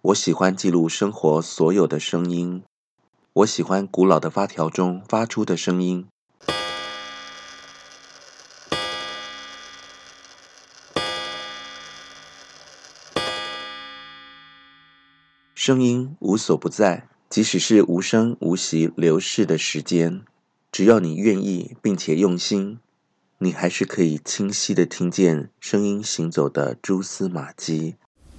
我喜欢记录生活所有的声音，我喜欢古老的发条中发出的声音。声音无所不在，即使是无声无息流逝的时间，只要你愿意并且用心，你还是可以清晰地听见声音行走的蛛丝马迹。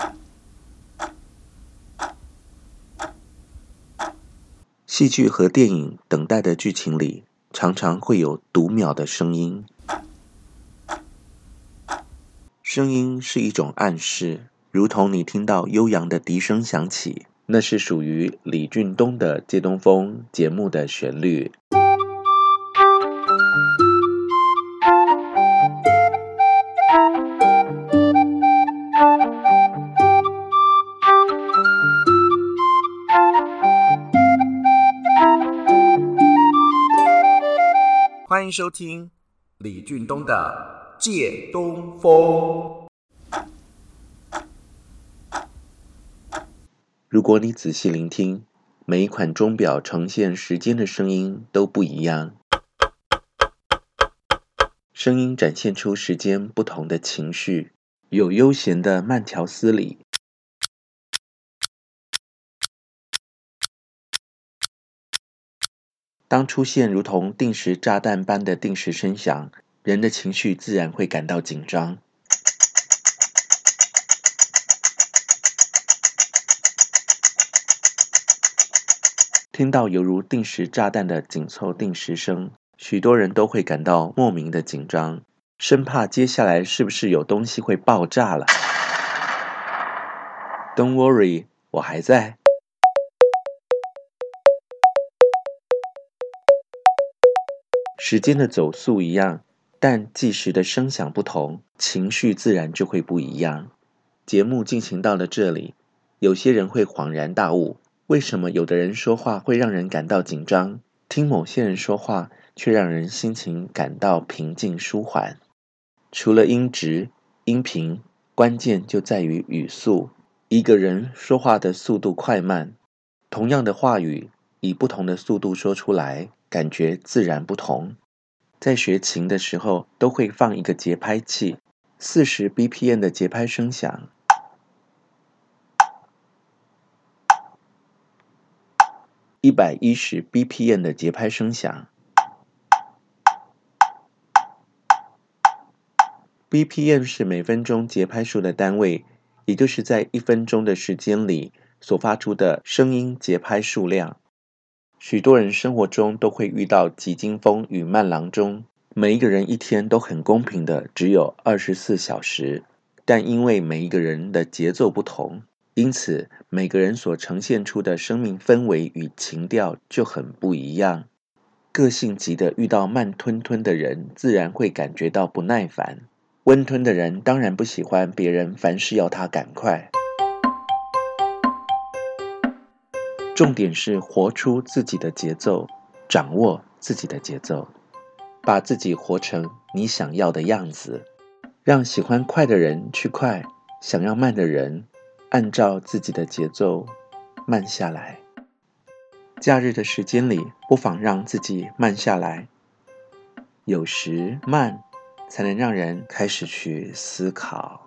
戏剧和电影等待的剧情里，常常会有读秒的声音。声音是一种暗示，如同你听到悠扬的笛声响起，那是属于李俊东的《借东风》节目的旋律。欢迎收听李俊东的《借东风》。如果你仔细聆听，每一款钟表呈现时间的声音都不一样，声音展现出时间不同的情绪，有悠闲的慢条斯理，当出现如同定时炸弹般的定时声响，人的情绪自然会感到紧张。听到犹如定时炸弹的紧凑定时声，许多人都会感到莫名的紧张，生怕接下来是不是有东西会爆炸了。Don't worry， 我还在。时间的走速一样，但计时的声响不同，情绪自然就会不一样。节目进行到了这里，有些人会恍然大悟，为什么有的人说话会让人感到紧张，听某些人说话却让人心情感到平静舒缓？除了音质、音频，关键就在于语速。一个人说话的速度快慢，同样的话语以不同的速度说出来，感觉自然不同。在学琴的时候，都会放一个节拍器，40 BPM 的节拍声响，110 BPM 的节拍声响。BPM 是每分钟节拍数的单位，也就是在1分钟的时间里所发出的声音节拍数量。许多人生活中都会遇到急惊风与慢郎中，每一个人一天都很公平的只有24小时，但因为每一个人的节奏不同，因此每个人所呈现出的生命氛围与情调就很不一样。个性急的遇到慢吞吞的人，自然会感觉到不耐烦。温吞的人当然不喜欢别人凡事要他赶快。重点是活出自己的节奏，掌握自己的节奏，把自己活成你想要的样子，让喜欢快的人去快，想要慢的人按照自己的节奏慢下来。假日的时间里，不妨让自己慢下来，有时慢才能让人开始去思考。